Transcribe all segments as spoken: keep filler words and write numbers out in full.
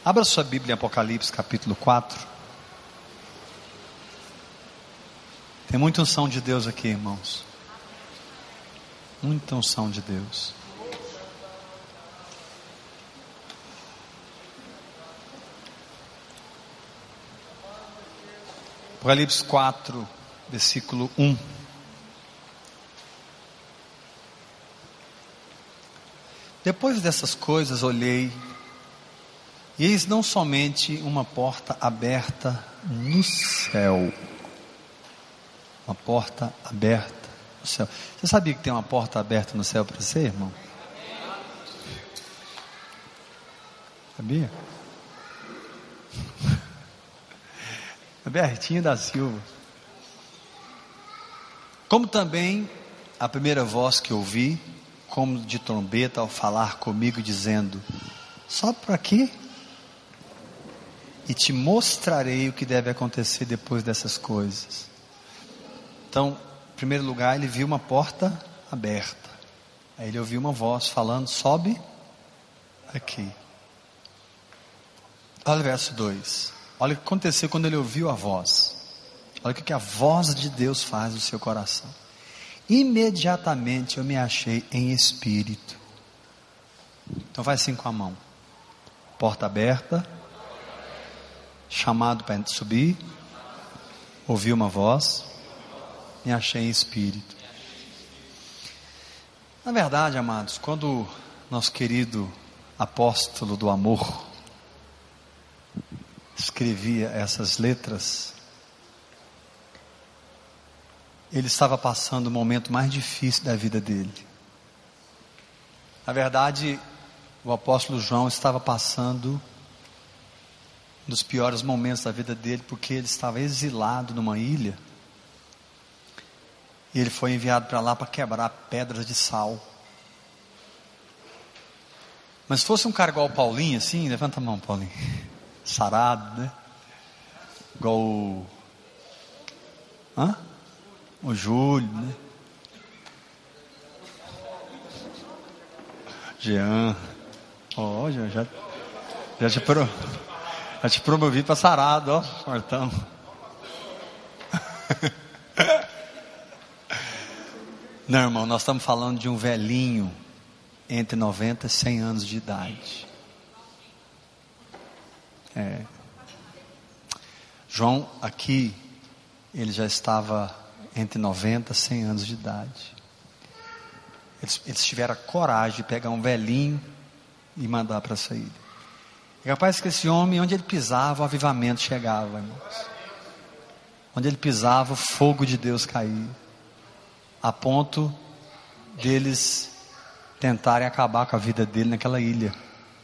Abra sua Bíblia em Apocalipse capítulo quatro. Tem muita unção de Deus aqui, irmãos. Muita unção de Deus. Apocalipse quatro, versículo um. Depois dessas coisas olhei, e eis não somente uma porta aberta no céu. Uma porta aberta no céu. Você sabia que tem uma porta aberta no céu para você, irmão? Sabia? Bertinho da Silva. Como também a primeira voz que ouvi, como de trombeta, ao falar comigo, dizendo: sobe para aqui e te mostrarei o que deve acontecer depois dessas coisas. Então, em primeiro lugar, ele viu uma porta aberta. Aí ele ouviu uma voz falando: sobe aqui. Olha o verso dois. Olha o que aconteceu quando ele ouviu a voz. Olha o que a voz de Deus faz no seu coração. Imediatamente eu me achei em espírito. Então vai assim com a mão. Porta aberta. Chamado para subir. Ouvi uma voz. Me achei em espírito. Na verdade, amados, quando nosso querido apóstolo do amor escrevia essas letras, ele estava passando o momento mais difícil da vida dele. Na verdade, o apóstolo João estava passando um dos piores momentos da vida dele, porque ele estava exilado numa ilha, e ele foi enviado para lá para quebrar pedras de sal. Mas se fosse um cara igual o Paulinho, assim, levanta a mão, Paulinho, sarado, né? Igual o... Hã? O Júlio, né? Jean. Ó, oh, já, já, já, te pro, já te promovi para sarado, ó, Martão. Não, irmão, nós estamos falando de um velhinho entre noventa e cem anos de idade. É. João aqui, ele já estava entre noventa e cem anos de idade. Eles, eles tiveram a coragem de pegar um velhinho e mandar para essa ilha. É capaz que esse homem, onde ele pisava, o avivamento chegava, irmãos. Onde ele pisava, o fogo de Deus caía, a ponto deles tentarem acabar com a vida dele naquela ilha.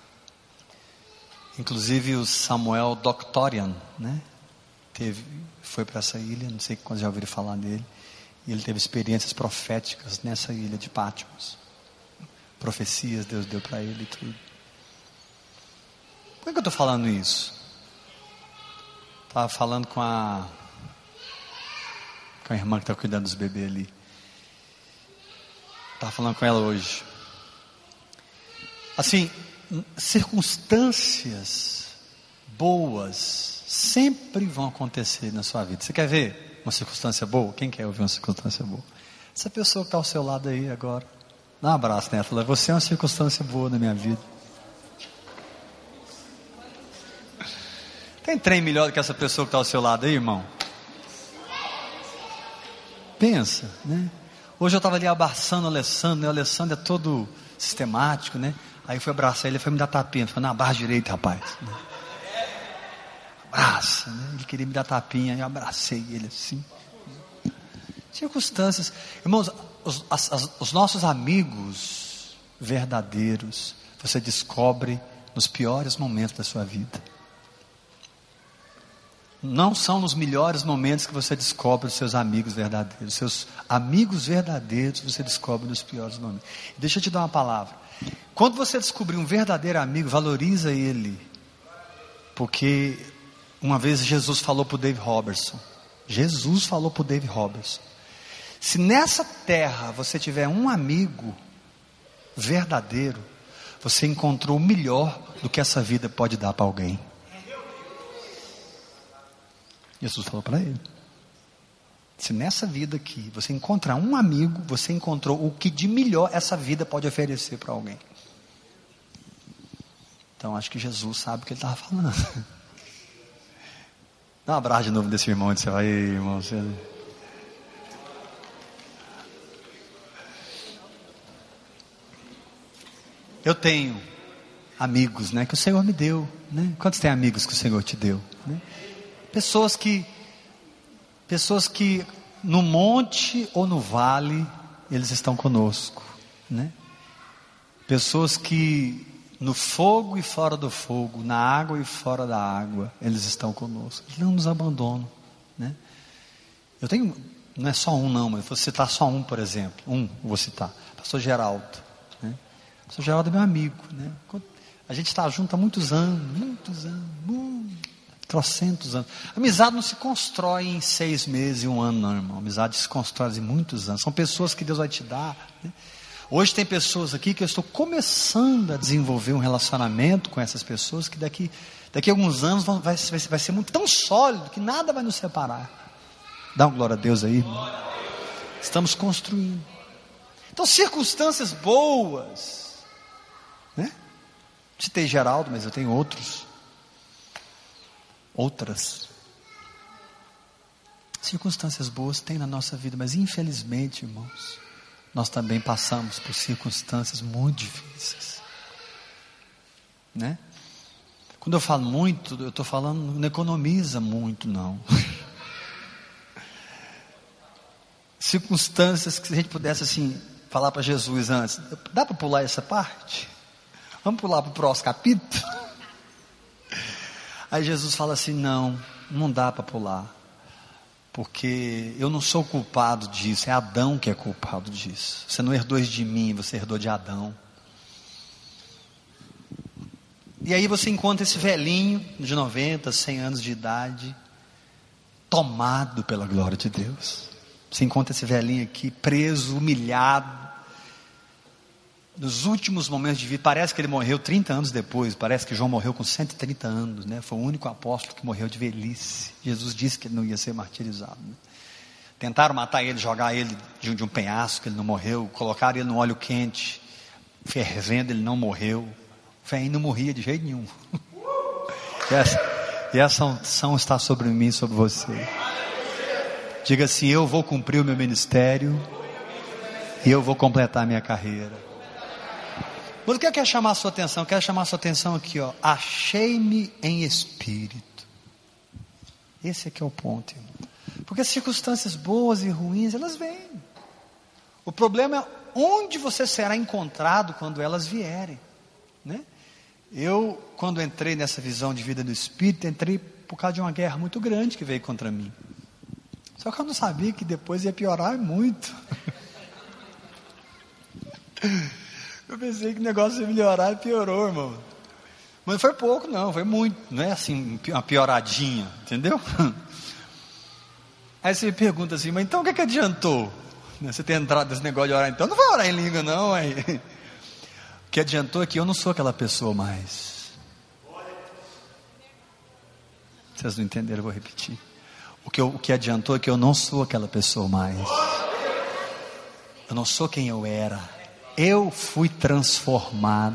Inclusive o Samuel Doctorian, né? Teve, foi para essa ilha, não sei quando já ouviram falar dele, e ele teve experiências proféticas nessa ilha de Patmos. Profecias Deus deu para ele e tudo. Por que eu estou falando isso? Estava falando com a com a irmã que está cuidando dos bebês ali. Estava falando com ela hoje. Assim, circunstâncias boas sempre vão acontecer na sua vida. Você quer ver uma circunstância boa? Quem quer ouvir uma circunstância boa? Essa pessoa que está ao seu lado aí agora, dá um abraço nela. Fala: você é uma circunstância boa na minha vida. Tem trem melhor do que essa pessoa que está ao seu lado aí, irmão? Pensa, né? Hoje eu estava ali abraçando o Alessandro, né? O Alessandro é todo sistemático, né? Aí eu fui abraçar ele, ele foi me dar tapinha. Falei: não, abraça direito, rapaz. Abraça, né? Ele queria me dar tapinha, eu abracei ele assim. Circunstâncias. Irmãos, os, as, as, os nossos amigos verdadeiros, você descobre nos piores momentos da sua vida. Não são nos melhores momentos que você descobre os seus amigos verdadeiros. Seus amigos verdadeiros você descobre nos piores momentos. Deixa eu te dar uma palavra. Quando você descobrir um verdadeiro amigo, valoriza ele. Porque uma vez Jesus falou para o Dave Robertson. Jesus falou para o Dave Robertson: se nessa terra você tiver um amigo verdadeiro, você encontrou o melhor do que essa vida pode dar para alguém. Jesus falou para ele: se nessa vida aqui você encontrar um amigo, você encontrou o que de melhor essa vida pode oferecer para alguém. Então acho que Jesus sabe o que ele estava falando. Dá um abraço de novo desse irmão. Disse: aí, irmão, você... Eu tenho amigos, né, que o Senhor me deu, né? Quantos tem amigos que o Senhor te deu, né? Pessoas que Pessoas que no monte ou no vale eles estão conosco, né? Pessoas que no fogo e fora do fogo, na água e fora da água, eles estão conosco. Eles não nos abandonam, né? Eu tenho, não é só um não, mas vou citar só um, por exemplo. Um, vou citar, pastor Geraldo, né? Pastor Geraldo é meu amigo, né? A gente está junto há muitos anos, muitos anos, muitos, trocentos anos. Amizade não se constrói em seis meses e um ano, não, irmão. Amizade se constrói em muitos anos. São pessoas que Deus vai te dar, né? Hoje tem pessoas aqui que eu estou começando a desenvolver um relacionamento com essas pessoas, que daqui, daqui a alguns anos vai, vai, vai ser muito, tão sólido que nada vai nos separar. Dá uma glória a Deus aí, irmão. Estamos construindo. Então, circunstâncias boas, né? Citei Geraldo, mas eu tenho outros. Outras circunstâncias boas tem na nossa vida, mas infelizmente, irmãos, nós também passamos por circunstâncias muito difíceis, né? Quando eu falo muito, eu estou falando, não economiza muito, não. Circunstâncias que, se a gente pudesse assim falar para Jesus antes, dá para pular essa parte? Vamos pular para o próximo capítulo? Aí Jesus fala assim: não, não dá para pular, porque eu não sou culpado disso, é Adão que é culpado disso. Você não herdou isso de mim, você herdou de Adão. E aí você encontra esse velhinho de noventa, cem anos de idade, tomado pela glória de Deus. Você encontra esse velhinho aqui, preso, humilhado, nos últimos momentos de vida. Parece que ele morreu trinta anos depois. Parece que João morreu com cento e trinta anos, né? Foi o único apóstolo que morreu de velhice. Jesus disse que ele não ia ser martirizado, né? Tentaram matar ele, jogar ele de um, de um penhasco, ele não morreu. Colocaram ele no óleo quente, fervendo, ele não morreu. O velhinho não morria de jeito nenhum. E essa, e essa unção está sobre mim e sobre você. Diga assim: eu vou cumprir o meu ministério e eu vou completar a minha carreira. Mas o que eu quero chamar a sua atenção? Eu quero chamar a sua atenção aqui, ó. Achei-me em espírito. Esse aqui é o ponto, irmão. Porque as circunstâncias boas e ruins, elas vêm. O problema é onde você será encontrado quando elas vierem, né? Eu, quando entrei nessa visão de vida do Espírito, entrei por causa de uma guerra muito grande que veio contra mim. Só que eu não sabia que depois ia piorar muito. Eu pensei que o negócio ia melhorar e piorou, irmão. Mas não foi pouco não, foi muito. Não é assim, uma pioradinha, entendeu? Aí você me pergunta assim: mas então o que, que adiantou? Você ter entrado nesse negócio de orar então? Não vai orar em língua não, aí. O que adiantou é que eu não sou aquela pessoa mais. Vocês não entenderam, eu vou repetir. O que, eu, o que adiantou é que eu não sou aquela pessoa mais. Eu não sou quem eu era. Eu fui transformado.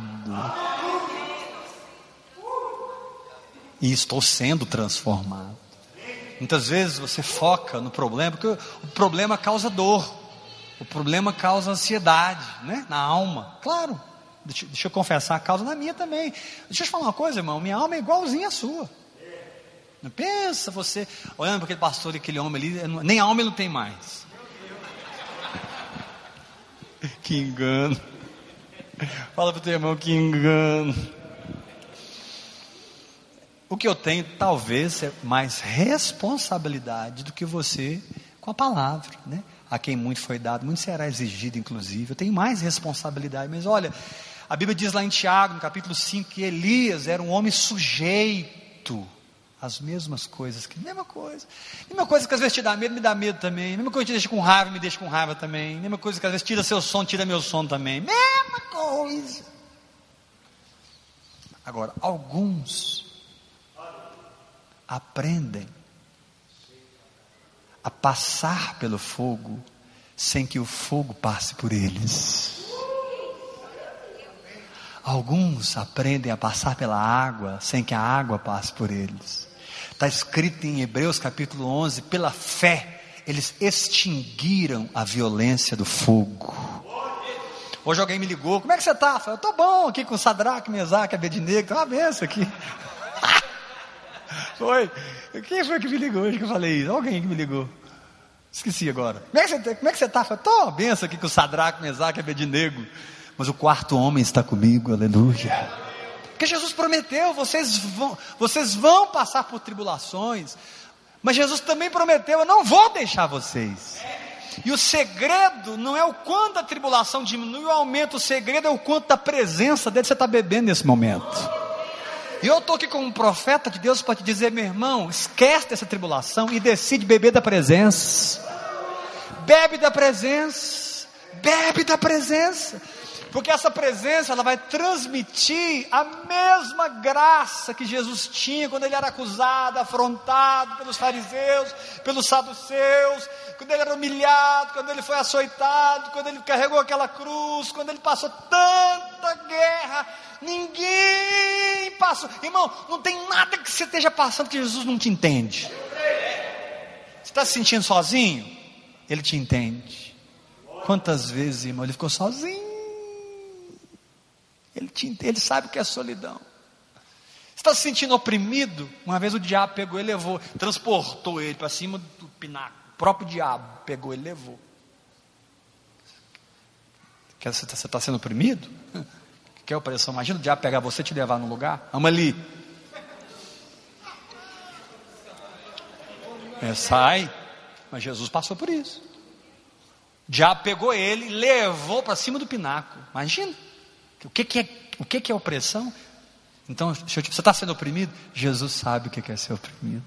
E estou sendo transformado. Muitas vezes você foca no problema, porque o problema causa dor. O problema causa ansiedade, né? Na alma. Claro, deixa, deixa eu confessar, causa na minha também. Deixa eu te falar uma coisa, irmão. Minha alma é igualzinha à sua. Não pensa você, olhando para aquele pastor e aquele homem ali, nem alma ele não tem mais. Que engano. Fala para o teu irmão: que engano. O que eu tenho talvez é mais responsabilidade do que você com a palavra, né? A quem muito foi dado, muito será exigido, inclusive. Eu tenho mais responsabilidade. Mas olha, a Bíblia diz lá em Tiago, no capítulo cinco, que Elias era um homem sujeito às mesmas coisas, que mesma coisa. Mesma coisa que às vezes te dá medo, me dá medo também. Mesma coisa que te deixa com raiva, me deixa com raiva também. Mesma coisa que às vezes tira seu sono, tira meu sono também. Mesma coisa. Agora, alguns aprendem a passar pelo fogo sem que o fogo passe por eles. Alguns aprendem a passar pela água sem que a água passe por eles. Está escrito em Hebreus capítulo onze: pela fé eles extinguiram a violência do fogo. Hoje alguém me ligou: como é que você está? Eu estou bom aqui com Sadraque, Mesaque, Abednego. Tem uma benção aqui. Foi. Quem foi que me ligou hoje que eu falei isso? Alguém que me ligou. Esqueci agora. Como é que você, como é que você está? Eu estou uma benção aqui com Sadraque, Mesaque, Abednego. Mas o quarto homem está comigo, aleluia. Porque Jesus prometeu: vocês vão, vocês vão passar por tribulações. Mas Jesus também prometeu: eu não vou deixar vocês. E o segredo não é o quanto a tribulação diminui ou aumenta. O segredo é o quanto da presença dele você está bebendo nesse momento. E eu estou aqui como um profeta de Deus para te dizer: meu irmão, esquece dessa tribulação e decide beber da presença. Bebe da presença. Bebe da presença. Porque essa presença, ela vai transmitir a mesma graça que Jesus tinha quando ele era acusado, afrontado pelos fariseus, pelos saduceus, quando ele era humilhado, quando ele foi açoitado, quando ele carregou aquela cruz, quando ele passou tanta guerra. Ninguém passou. Irmão, não tem nada que você esteja passando que Jesus não te entende. Você está se sentindo sozinho? Ele te entende. Quantas vezes, irmão, ele ficou sozinho? Ele, te, ele sabe o que é solidão. Você está se sentindo oprimido? Uma vez o diabo pegou e levou, transportou ele para cima do pináculo. O próprio diabo pegou e levou. Você está sendo oprimido? Quer opressão? Imagina o diabo pegar você e te levar num lugar. Vamos ali. É, sai. Mas Jesus passou por isso. O diabo pegou ele e levou para cima do pináculo. Imagina. O que, que, é, o que, que é opressão? Então, você está sendo oprimido? Jesus sabe o que é ser oprimido.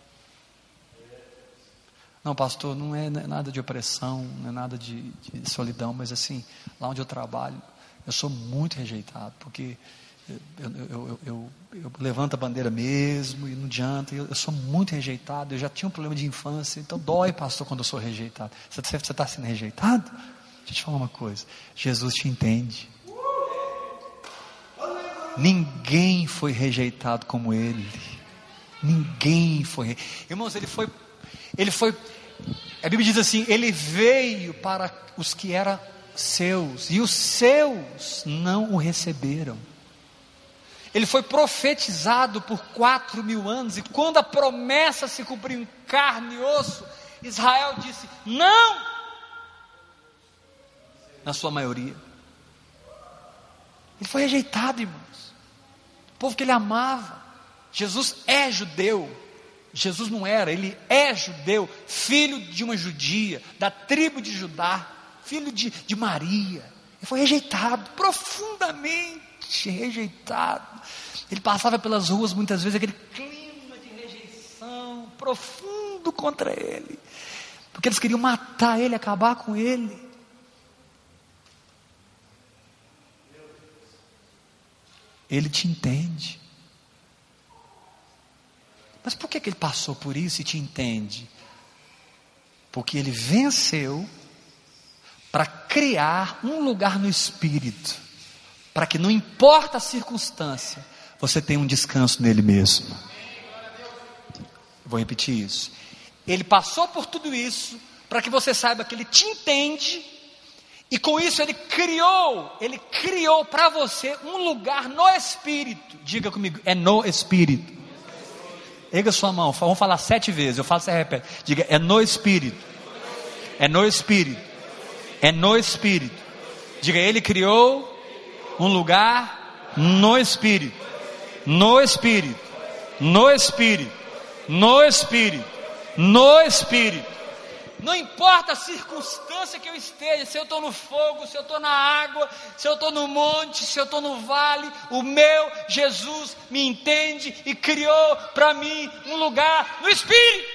Não, pastor, não é, não é nada de opressão, não é nada de, de solidão, mas assim, lá onde eu trabalho, eu sou muito rejeitado, porque eu, eu, eu, eu, eu levanto a bandeira mesmo e não adianta, eu, eu sou muito rejeitado, eu já tinha um problema de infância, então dói, pastor, quando eu sou rejeitado. Você está sendo rejeitado? Deixa eu te falar uma coisa, Jesus te entende. Ninguém foi rejeitado como ele. Ninguém foi. Irmãos, ele foi, ele foi, a Bíblia diz assim: ele veio para os que eram seus, e os seus não o receberam. Ele foi profetizado por quatro mil anos, e quando a promessa se cumpriu em carne e osso, Israel disse não, na sua maioria. Ele foi rejeitado, irmãos. O povo que ele amava. Jesus é judeu. Jesus não era, ele é judeu, filho de uma judia, da tribo de Judá, filho de, de Maria. Ele foi rejeitado, profundamente rejeitado. Ele passava pelas ruas muitas vezes, aquele clima de rejeição profundo contra ele, porque eles queriam matar ele, acabar com ele. Ele te entende. Mas por que, que ele passou por isso e te entende? Porque ele venceu para criar um lugar no Espírito, para que não importa a circunstância, você tenha um descanso nele mesmo. Vou repetir isso. Ele passou por tudo isso para que você saiba que ele te entende. E com isso ele criou, ele criou para você um lugar no Espírito. Diga comigo, é no Espírito. Erga sua mão, vamos falar sete vezes, eu falo, você repete. Diga, é no Espírito. É no Espírito. É no Espírito. Diga, ele criou um lugar no Espírito. No Espírito. No Espírito. No Espírito. No Espírito. Não importa a circunstância que eu esteja, se eu estou no fogo, se eu estou na água, se eu estou no monte, se eu estou no vale, o meu Jesus me entende e criou para mim um lugar no Espírito.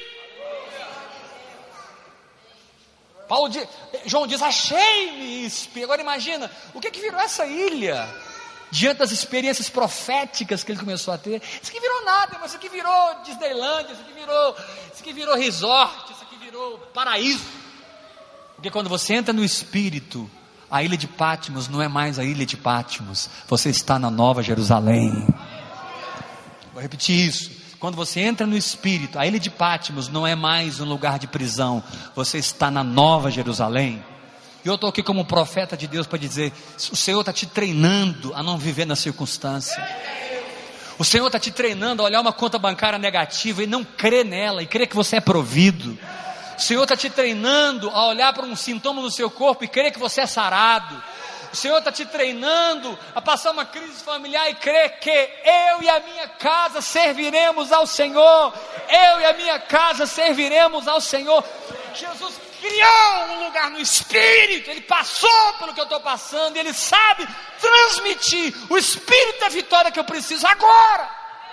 Paulo diz, João diz, achei-me Espírito. Agora imagina, o que que virou essa ilha? diante das experiências proféticas que ele começou a ter. Isso aqui virou nada, mas isso aqui virou Disneylândia, isso aqui virou, isso aqui virou resort, isso aqui virou paraíso. Porque quando você entra no Espírito, a ilha de Patmos não é mais a ilha de Patmos, você está na Nova Jerusalém. Vou repetir isso. Quando você entra no Espírito, a ilha de Patmos não é mais um lugar de prisão, você está na Nova Jerusalém. E eu estou aqui como profeta de Deus para dizer: o Senhor está te treinando a não viver na circunstância. O Senhor está te treinando a olhar uma conta bancária negativa e não crer nela, e crer que você é provido. O Senhor está te treinando a olhar para um sintoma no seu corpo e crer que você é sarado. O Senhor está te treinando a passar uma crise familiar e crer que eu e a minha casa serviremos ao Senhor. Eu e a minha casa serviremos ao Senhor. Jesus criou um lugar no Espírito, Ele passou pelo que eu estou passando, e Ele sabe transmitir o Espírito da vitória que eu preciso agora.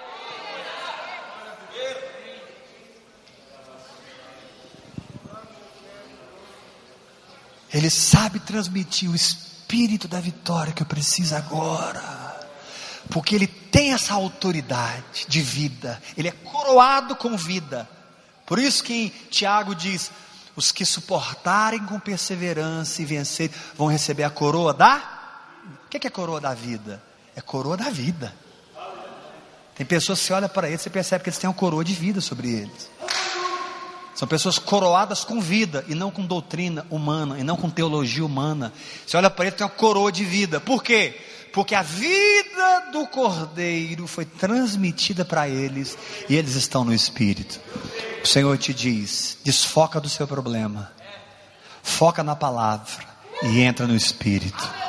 Ele sabe transmitir o Espírito da vitória que eu preciso agora, porque Ele tem essa autoridade de vida, Ele é coroado com vida. Por isso que em Tiago diz: os que suportarem com perseverança e vencerem vão receber a coroa da... O que é a coroa da vida? É coroa da vida. Tem pessoas que você olha para eles, você percebe que eles têm uma coroa de vida sobre eles. São pessoas coroadas com vida, e não com doutrina humana, e não com teologia humana. Você olha para eles, tem uma coroa de vida. Por quê? Porque a vida do Cordeiro foi transmitida para eles, e eles estão no Espírito. O Senhor te diz: desfoca do seu problema, foca na palavra e entra no Espírito.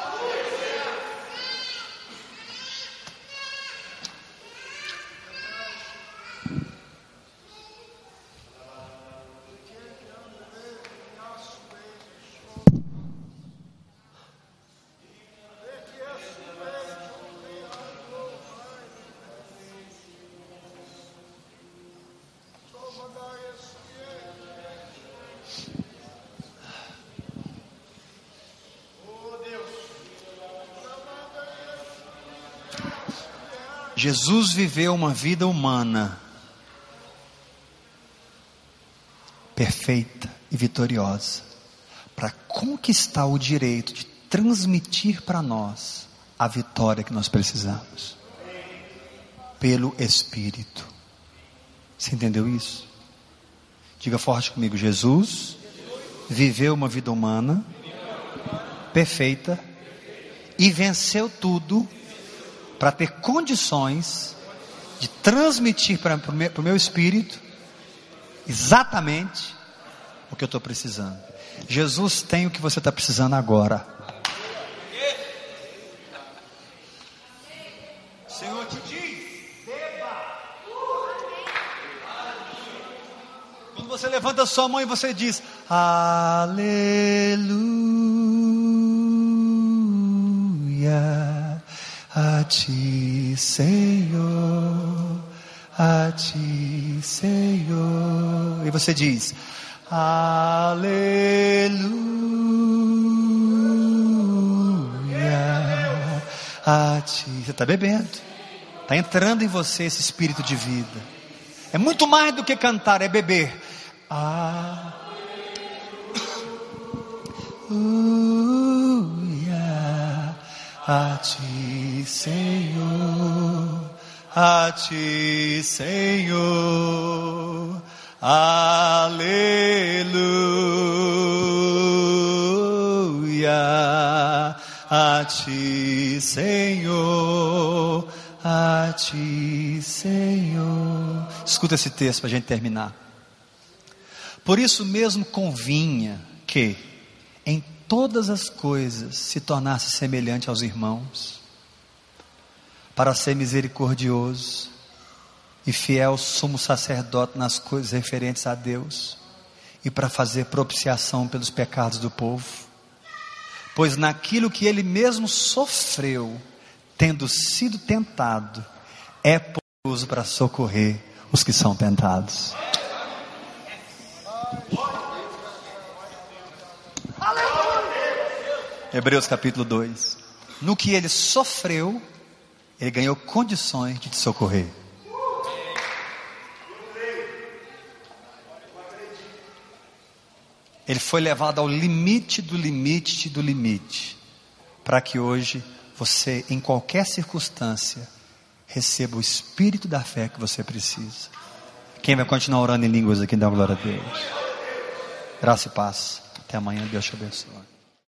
Jesus viveu uma vida humana perfeita e vitoriosa para conquistar o direito de transmitir para nós a vitória que nós precisamos pelo Espírito. Você entendeu isso? Diga forte comigo: Jesus viveu uma vida humana perfeita e venceu tudo para ter condições de transmitir para o meu, meu espírito exatamente o que eu estou precisando. Jesus tem o que você está precisando agora. O Senhor te diz: beba. Quando você levanta a sua mão e você diz: aleluia, a ti, Senhor, a ti, Senhor. E você diz: aleluia, a ti. Você está bebendo, está entrando em você esse espírito de vida. É muito mais do que cantar, é beber. Aleluia, a ti, Senhor, a ti, Senhor, aleluia, a ti, Senhor, a ti, Senhor. Escuta esse texto para a gente terminar. Por isso mesmo convinha que em todas as coisas se tornasse semelhante aos irmãos, para ser misericordioso e fiel sumo sacerdote nas coisas referentes a Deus, e para fazer propiciação pelos pecados do povo. Pois naquilo que ele mesmo sofreu, tendo sido tentado, é poderoso para socorrer os que são tentados. Hebreus capítulo dois. No que ele sofreu, Ele ganhou condições de te socorrer. Ele foi levado ao limite do limite do limite, para que hoje você, em qualquer circunstância, receba o espírito da fé que você precisa. Quem vai continuar orando em línguas aqui, dá glória a Deus. Graça e paz. Até amanhã, Deus te abençoe.